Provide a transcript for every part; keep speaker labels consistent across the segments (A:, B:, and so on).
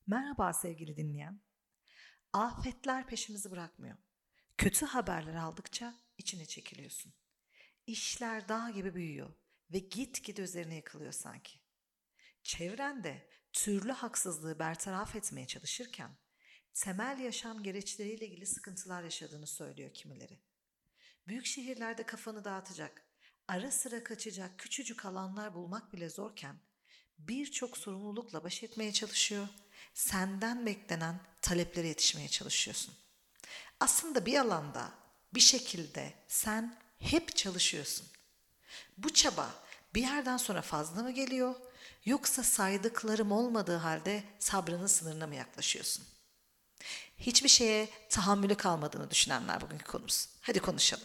A: Merhaba sevgili dinleyen. Afetler peşimizi bırakmıyor. Kötü haberler aldıkça içine çekiliyorsun. İşler dağ gibi büyüyor ve gitgide üzerine yıkılıyor sanki. Çevrende türlü haksızlığı bertaraf etmeye çalışırken temel yaşam gereçleriyle ilgili sıkıntılar yaşadığını söylüyor kimileri. Büyük şehirlerde kafanı dağıtacak, ara sıra kaçacak küçücük alanlar bulmak bile zorken birçok sorumlulukla baş etmeye çalışıyor, senden beklenen taleplere yetişmeye çalışıyorsun. Aslında bir alanda, bir şekilde sen hep çalışıyorsun. Bu çaba bir yerden sonra fazla mı geliyor, yoksa saydıklarım olmadığı halde sabrının sınırına mı yaklaşıyorsun? Hiçbir şeye tahammülü kalmadığını düşünenler bugünkü konumuz. Hadi konuşalım.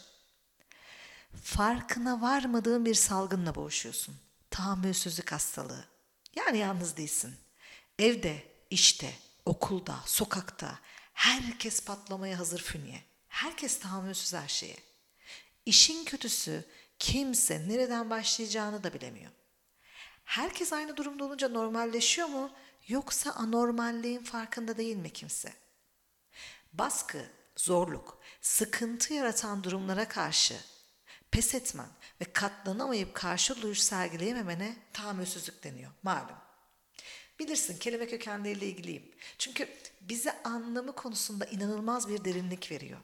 A: Farkına varmadığın bir salgınla boğuşuyorsun. Tahammülsüzlük hastalığı. Yani yalnız değilsin. Evde, işte, okulda, sokakta herkes patlamaya hazır fünye. Herkes tahammülsüz her şeye. İşin kötüsü kimse nereden başlayacağını da bilemiyor. Herkes aynı durumda olunca normalleşiyor mu, yoksa anormalliğin farkında değil mi kimse? Baskı, zorluk, sıkıntı yaratan durumlara karşı pes etmen ve katlanamayıp karşı duruş sergileyememene tahammülsüzlük deniyor malum. Bilirsin, kelime kökenleriyle ilgiliyim. Çünkü bize anlamı konusunda inanılmaz bir derinlik veriyor.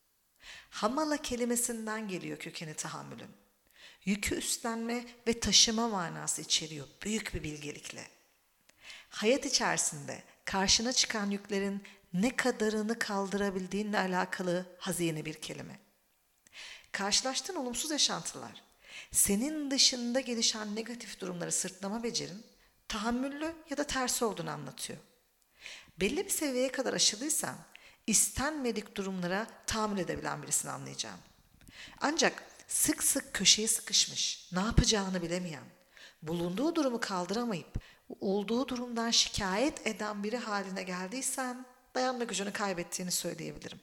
A: Hamala kelimesinden geliyor kökeni tahammülün. Yükü üstlenme ve taşıma manası içeriyor büyük bir bilgelikle. Hayat içerisinde karşına çıkan yüklerin ne kadarını kaldırabildiğinle alakalı hazine bir kelime. Karşılaştığın olumsuz yaşantılar, senin dışında gelişen negatif durumları sırtlama becerin, tahammüllü ya da tersi olduğunu anlatıyor. Belli bir seviyeye kadar aşılıysan, istenmedik durumlara tahammül edebilen birisini anlayacağım. Ancak sık sık köşeye sıkışmış, ne yapacağını bilemeyen, bulunduğu durumu kaldıramayıp olduğu durumdan şikayet eden biri haline geldiysen dayanma gücünü kaybettiğini söyleyebilirim.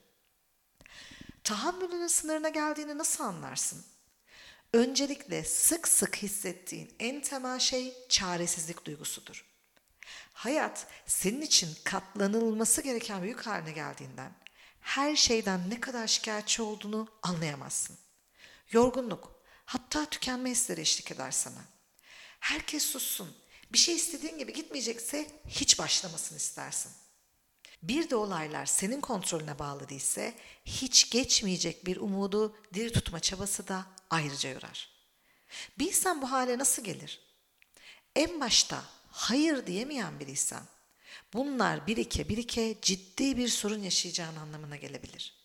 A: Tahammülünün sınırına geldiğini nasıl anlarsın? Öncelikle sık sık hissettiğin en temel şey çaresizlik duygusudur. Hayat senin için katlanılması gereken bir yük haline geldiğinden her şeyden ne kadar şikayetçi olduğunu anlayamazsın. Yorgunluk, hatta tükenme hisleri eşlik eder sana. Herkes sussun, bir şey istediğin gibi gitmeyecekse hiç başlamasını istersin. Bir de olaylar senin kontrolüne bağlı değilse hiç geçmeyecek bir umudu diri tutma çabası da ayrıca yorar. Bir insan bu hale nasıl gelir? En başta hayır diyemeyen biriysen bunlar birike birike ciddi bir sorun yaşayacağın anlamına gelebilir.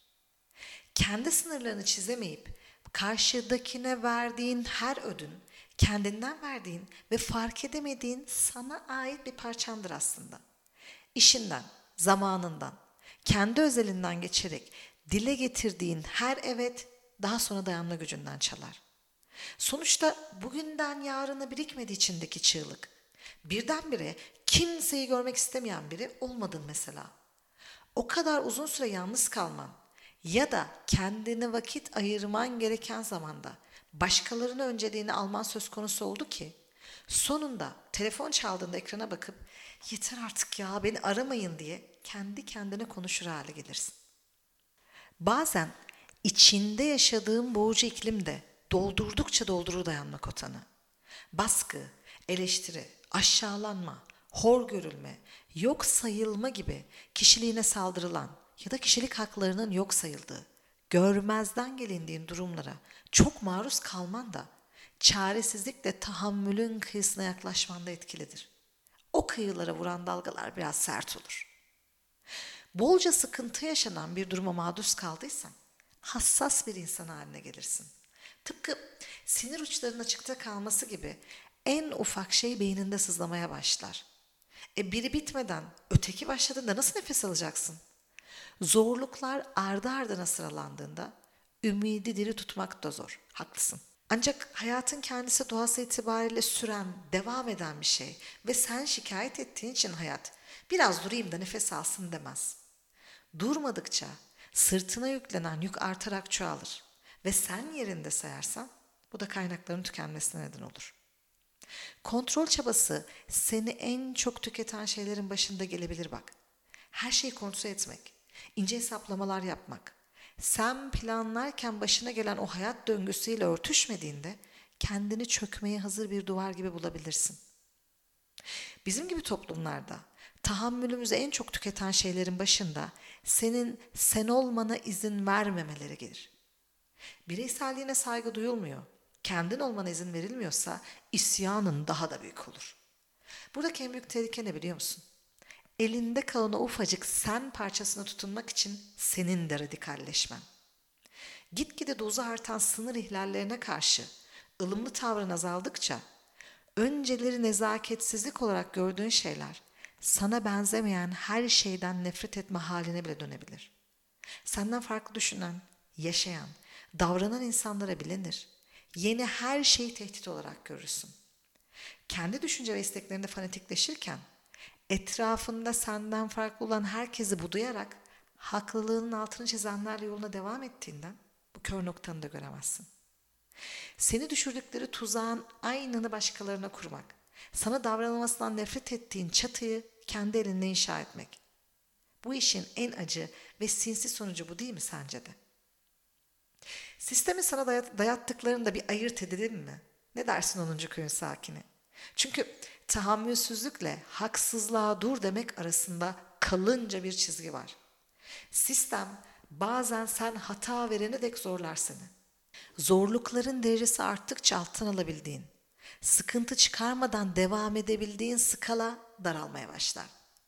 A: Kendi sınırlarını çizemeyip karşıdakine verdiğin her ödün kendinden verdiğin ve fark edemediğin sana ait bir parçandır aslında. İşinden, zamanından, kendi özelinden geçerek dile getirdiğin her evet daha sonra dayanma gücünden çalar. Sonuçta bugünden yarına birikmediği içindeki çığlık. Birdenbire kimseyi görmek istemeyen biri olmadın mesela. O kadar uzun süre yalnız kalman ya da kendine vakit ayırman gereken zamanda başkalarına önceliğini alman söz konusu oldu ki sonunda telefon çaldığında ekrana bakıp yeter artık ya beni aramayın diye kendi kendine konuşur hale gelirsin. Bazen içinde yaşadığım boğucu iklim de doldurdukça doldurur dayanma kotanı. Baskı, eleştiri, aşağılanma, hor görülme, yok sayılma gibi kişiliğine saldırılan ya da kişilik haklarının yok sayıldığı, görmezden gelindiğin durumlara çok maruz kalman da çaresizlikle tahammülün kıyısına yaklaşmanda etkilidir. O kıyılara vuran dalgalar biraz sert olur. Bolca sıkıntı yaşanan bir duruma maruz kaldıysan hassas bir insan haline gelirsin. Tıpkı sinir uçlarının açıkta kalması gibi en ufak şey beyninde sızlamaya başlar. Biri bitmeden öteki başladığında nasıl nefes alacaksın? Zorluklar ardı ardına sıralandığında ümidi diri tutmak da zor. Haklısın. Ancak hayatın kendisi doğası itibariyle süren, devam eden bir şey ve sen şikayet ettiğin için hayat biraz durayım da nefes alsın demez. Durmadıkça sırtına yüklenen yük artarak çoğalır ve sen yerinde sayarsan bu da kaynakların tükenmesine neden olur. Kontrol çabası seni en çok tüketen şeylerin başında gelebilir bak. Her şeyi kontrol etmek, ince hesaplamalar yapmak. Sen planlarken başına gelen o hayat döngüsüyle örtüşmediğinde kendini çökmeye hazır bir duvar gibi bulabilirsin. Bizim gibi toplumlarda tahammülümüzü en çok tüketen şeylerin başında senin sen olmana izin vermemeleri gelir. Bireyselliğine saygı duyulmuyor, kendin olmana izin verilmiyorsa isyanın daha da büyük olur. Buradaki en büyük tehlike ne biliyor musun? Elinde kalan o ufacık sen parçasına tutunmak için senin de radikalleşmen. Gitgide dozu artan sınır ihlallerine karşı ılımlı tavrın azaldıkça önceleri nezaketsizlik olarak gördüğün şeyler sana benzemeyen her şeyden nefret etme haline bile dönebilir. Senden farklı düşünen, yaşayan, davranan insanlara bilinir. Yeni her şeyi tehdit olarak görürsün. Kendi düşünce ve isteklerinde fanatikleşirken etrafında senden farklı olan herkesi budayarak haklılığının altını çizenlerle yoluna devam ettiğinden bu kör noktanı da göremezsin. Seni düşürdükleri tuzağın aynını başkalarına kurmak, sana davranılmasından nefret ettiğin çatıyı kendi elinle inşa etmek. Bu işin en acı ve sinsi sonucu bu değil mi sence de? Sistemin sana dayattıklarını da bir ayırt edelim mi? Ne dersin 10. köyün sakini? Çünkü tahammülsüzlükle haksızlığa dur demek arasında kalınca bir çizgi var. Sistem bazen sen hata verene dek zorlar seni. Zorlukların derecesi arttıkça alttan alabildiğin, sıkıntı çıkarmadan devam edebildiğin skala daralmaya başlar.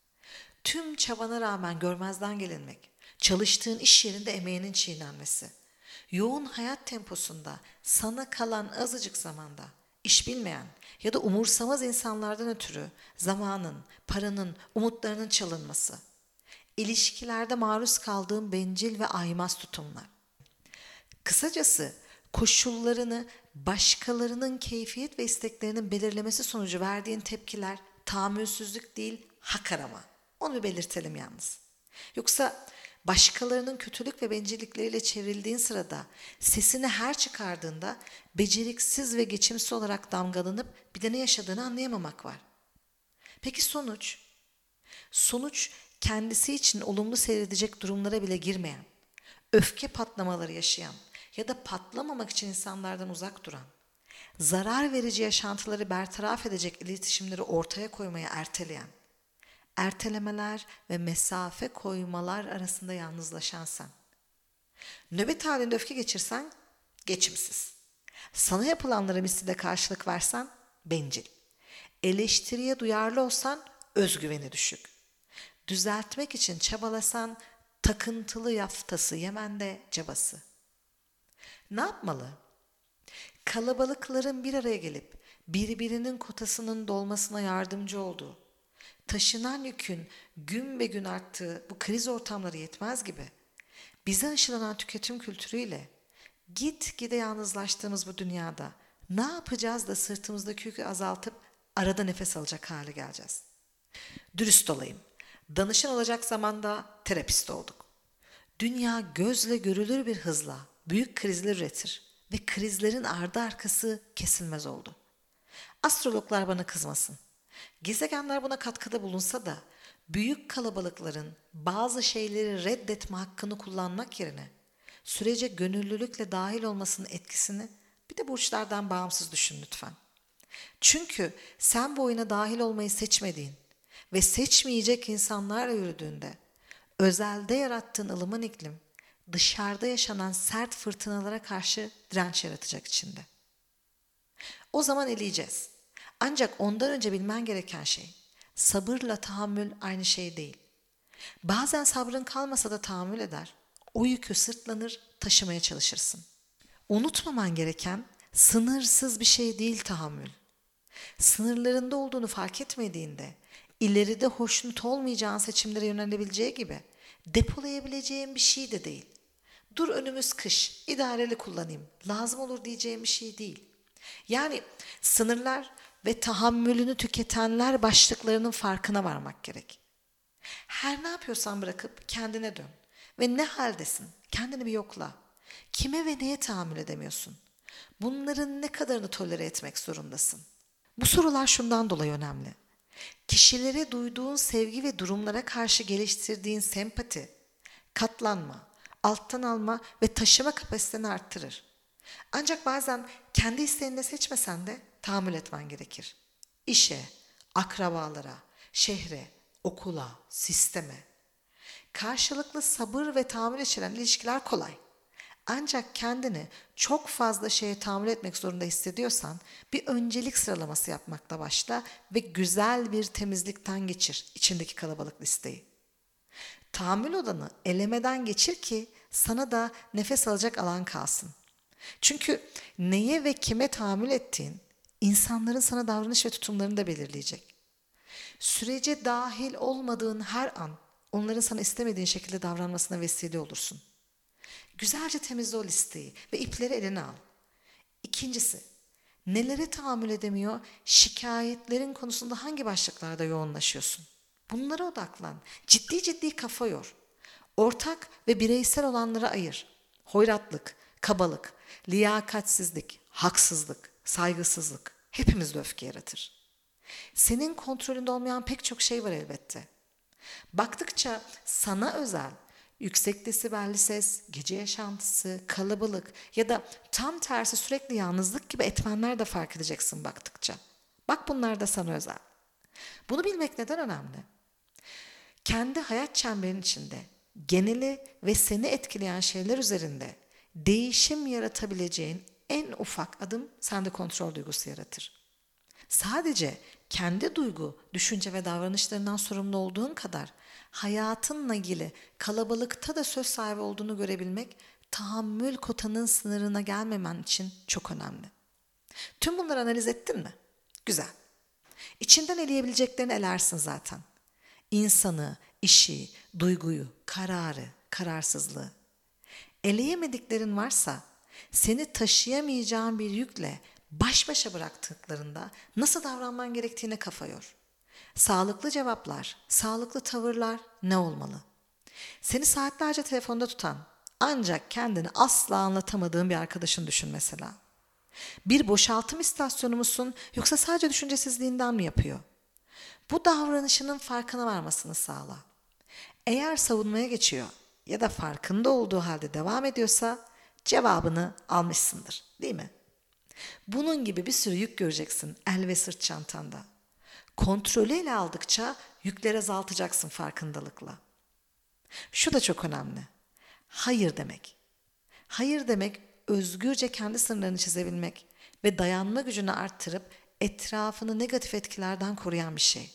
A: Tüm çabana rağmen görmezden gelinmek, çalıştığın iş yerinde emeğinin çiğnenmesi, yoğun hayat temposunda sana kalan azıcık zamanda iş bilmeyen ya da umursamaz insanlardan ötürü zamanın, paranın, umutlarının çalınması, ilişkilerde maruz kaldığın bencil ve aymaz tutumlar. Kısacası koşullarını başkalarının keyfiyet ve isteklerinin belirlemesi sonucu verdiğin tepkiler tahammülsüzlük değil, hak arama. Onu bir belirtelim yalnız. Yoksa başkalarının kötülük ve bencillikleriyle çevrildiğin sırada sesini her çıkardığında beceriksiz ve geçimsiz olarak damgalanıp bir de ne yaşadığını anlayamamak var. Peki sonuç? Sonuç kendisi için olumlu seyredecek durumlara bile girmeyen, öfke patlamaları yaşayan ya da patlamamak için insanlardan uzak duran, zarar verici yaşantıları bertaraf edecek iletişimleri ortaya koymaya erteleyen, ertelemeler ve mesafe koymalar arasında yalnızlaşan sen. Nöbet halinde öfke geçirsen geçimsiz. Sana yapılanlara misliyle karşılık versen bencil. Eleştiriye duyarlı olsan özgüveni düşük. Düzeltmek için çabalasan takıntılı yaftası Yemen'de cabası. Ne yapmalı? Kalabalıkların bir araya gelip birbirinin kotasının dolmasına yardımcı olduğu, taşınan yükün gün be gün arttığı bu kriz ortamları yetmez gibi bize aşılanan tüketim kültürüyle gitgide yalnızlaştığımız bu dünyada ne yapacağız da sırtımızdaki yükü azaltıp arada nefes alacak hale geleceğiz? Dürüst olayım. Danışan olacak zamanda terapist olduk. Dünya gözle görülür bir hızla büyük krizler üretir ve krizlerin ardı arkası kesilmez oldu. Astrologlar bana kızmasın. Gezegenler buna katkıda bulunsa da büyük kalabalıkların bazı şeyleri reddetme hakkını kullanmak yerine sürece gönüllülükle dahil olmasının etkisini bir de burçlardan bağımsız düşün lütfen. Çünkü sen bu oyuna dahil olmayı seçmediğin ve seçmeyecek insanlarla yürüdüğünde özelde yarattığın ılıman iklim dışarıda yaşanan sert fırtınalara karşı direnç yaratacak içinde. O zaman eleyeceğiz. Ancak ondan önce bilmen gereken şey sabırla tahammül aynı şey değil. Bazen sabrın kalmasa da tahammül eder. O yükü sırtlanır, taşımaya çalışırsın. Unutmaman gereken sınırsız bir şey değil tahammül. Sınırlarında olduğunu fark etmediğinde ileride hoşnut olmayacağın seçimlere yönelebileceği gibi depolayabileceğin bir şey de değil. Dur önümüz kış, idareli kullanayım, lazım olur diyeceğim bir şey değil. Yani sınırlar ve tahammülünü tüketenler başlıklarının farkına varmak gerek. Her ne yapıyorsan bırakıp kendine dön. Ve ne haldesin? Kendini bir yokla. Kime ve neye tahammül edemiyorsun? Bunların ne kadarını tolere etmek zorundasın? Bu sorular şundan dolayı önemli. Kişilere duyduğun sevgi ve durumlara karşı geliştirdiğin sempati, katlanma, alttan alma ve taşıma kapasiteni arttırır. Ancak bazen kendi isteğinde seçmesen de tahammül etmen gerekir. İşe, akrabalara, şehre, okula, sisteme. Karşılıklı sabır ve tahammül içeren ilişkiler kolay. Ancak kendini çok fazla şeye tahammül etmek zorunda hissediyorsan bir öncelik sıralaması yapmakla başla ve güzel bir temizlikten geçir içindeki kalabalık listeyi. Tahammül odanı elemeden geçir ki sana da nefes alacak alan kalsın. Çünkü neye ve kime tahammül ettiğin insanların sana davranış ve tutumlarını da belirleyecek. Sürece dahil olmadığın her an onların sana istemediğin şekilde davranmasına vesile olursun. Güzelce temizle o listeyi ve ipleri eline al. İkincisi, nelere tahammül edemiyor, şikayetlerin konusunda hangi başlıklarda yoğunlaşıyorsun? Bunlara odaklan. Ciddi ciddi kafa yor. Ortak ve bireysel olanlara ayır. Hoyratlık, kabalık, liyakatsizlik, haksızlık, saygısızlık hepimizde öfke yaratır. Senin kontrolünde olmayan pek çok şey var elbette. Baktıkça sana özel, yüksek desibelli ses, gece yaşantısı, kalabalık ya da tam tersi sürekli yalnızlık gibi etmenler de fark edeceksin baktıkça. Bak bunlar da sana özel. Bunu bilmek neden önemli? Kendi hayat çemberinin içinde geneli ve seni etkileyen şeyler üzerinde değişim yaratabileceğin en ufak adım sende kontrol duygusu yaratır. Sadece kendi duygu, düşünce ve davranışlarından sorumlu olduğun kadar hayatınla ilgili kalabalıkta da söz sahibi olduğunu görebilmek tahammül kotanın sınırına gelmemen için çok önemli. Tüm bunları analiz ettin mi? Güzel. İçinden eleyebileceklerini elersin zaten. İnsanı, işi, duyguyu, kararı, kararsızlığı. Eleyemediklerin varsa seni taşıyamayacağın bir yükle baş başa bıraktıklarında nasıl davranman gerektiğine kafa yor. Sağlıklı cevaplar, sağlıklı tavırlar ne olmalı? Seni saatlerce telefonda tutan ancak kendini asla anlatamadığın bir arkadaşın düşün mesela. Bir boşaltım istasyonu musun yoksa sadece düşüncesizliğinden mi yapıyor? Bu davranışının farkına varmasını sağla. Eğer savunmaya geçiyor ya da farkında olduğu halde devam ediyorsa cevabını almışsındır, değil mi? Bunun gibi bir sürü yük göreceksin el ve sırt çantanda. Kontrolü ele aldıkça yükleri azaltacaksın farkındalıkla. Şu da çok önemli. Hayır demek. Hayır demek özgürce kendi sınırlarını çizebilmek ve dayanma gücünü arttırıp etrafını negatif etkilerden koruyan bir şey.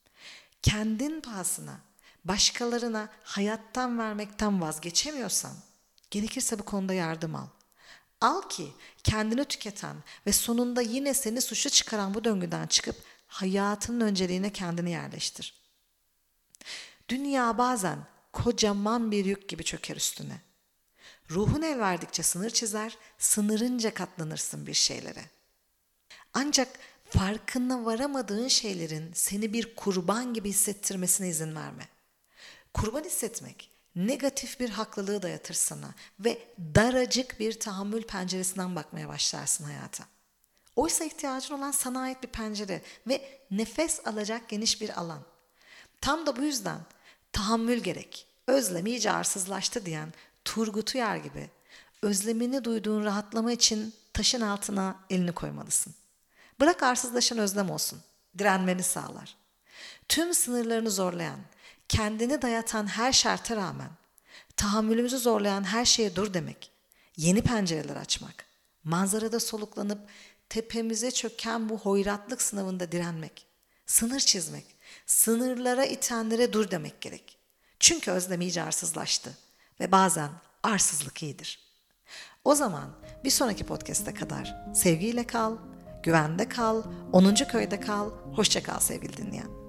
A: Kendin pahasına, başkalarına hayattan vermekten vazgeçemiyorsan, gerekirse bu konuda yardım al. Al ki kendini tüketen ve sonunda yine seni suçlu çıkaran bu döngüden çıkıp hayatının önceliğine kendini yerleştir. Dünya bazen kocaman bir yük gibi çöker üstüne. Ruhun el verdikçe sınır çizer, sınırınca katlanırsın bir şeylere. Ancak farkına varamadığın şeylerin seni bir kurban gibi hissettirmesine izin verme. Kurban hissetmek negatif bir haklılığı dayatır sana ve daracık bir tahammül penceresinden bakmaya başlarsın hayata. Oysa ihtiyacın olan sana ait bir pencere ve nefes alacak geniş bir alan. Tam da bu yüzden tahammül gerek, özlem iyice arsızlaştı diyen Turgut Uyar gibi özlemini duyduğun rahatlama için taşın altına elini koymalısın. Bırak arsızlaşan özlem olsun, direnmeni sağlar. Tüm sınırlarını zorlayan, kendini dayatan her şarta rağmen tahammülümüzü zorlayan her şeye dur demek, yeni pencereler açmak, manzarada soluklanıp tepemize çöken bu hoyratlık sınavında direnmek, sınır çizmek, sınırlara itenlere dur demek gerek. Çünkü özlem iyice arsızlaştı ve bazen arsızlık iyidir. O zaman bir sonraki podcast'e kadar sevgiyle kal, güvende kal, 10. köyde kal, hoşça kal sevgili dinleyen.